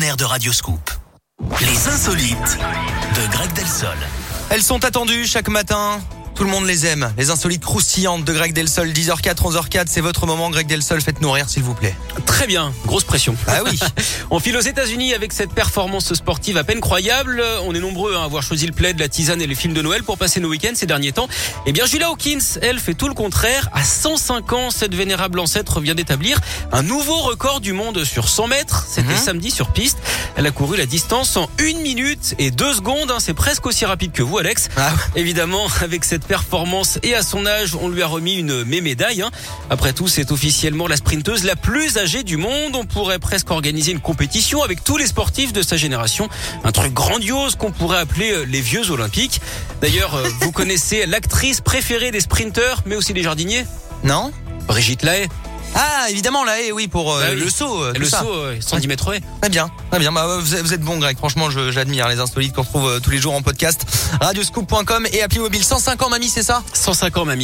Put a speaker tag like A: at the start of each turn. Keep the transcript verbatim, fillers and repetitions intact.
A: partenaire de Radioscoop. Les insolites de Greg Delsol.
B: Elles sont attendues chaque matin. Tout le monde les aime. Les insolites croustillantes de Greg Delsol. dix heures quatre, onze heures quatre, c'est votre moment. Greg Delsol, faites-nous rire, s'il vous plaît.
C: Très bien, grosse pression.
B: Ah oui.
C: On file aux États-Unis avec cette performance sportive à peine croyable. On est nombreux à avoir choisi le plaid, la tisane et les films de Noël pour passer nos week-ends ces derniers temps. Eh bien, Julia Hawkins, elle, fait tout le contraire. À cent cinq ans, cette vénérable ancêtre vient d'établir un nouveau record du monde sur cent mètres. C'était mmh. samedi sur piste. Elle a couru la distance en une minute et deux secondes. C'est presque aussi rapide que vous, Alex.
B: Ah.
C: Évidemment, avec cette performance et à son âge, on lui a remis une médaille. Après tout, c'est officiellement la sprinteuse la plus âgée du monde. On pourrait presque organiser une compétition avec tous les sportifs de sa génération. Un truc grandiose qu'on pourrait appeler les vieux olympiques. D'ailleurs, vous connaissez l'actrice préférée des sprinteurs, mais aussi des jardiniers ?
B: Non ?
C: Brigitte Lahaie.
B: Ah, évidemment, la haie, oui, pour euh,
C: bah oui.
B: le saut. Euh,
C: le
B: ça.
C: saut, euh, cent dix mètres haies.
B: Très bien, très bien. Bah, vous êtes, vous êtes bon, Greg. Franchement, je, j'admire les insolites qu'on retrouve euh, tous les jours en podcast. Radioscoop point com et appli mobile. cent cinq ans, mamie, c'est ça ?
C: cent cinq ans, mamie.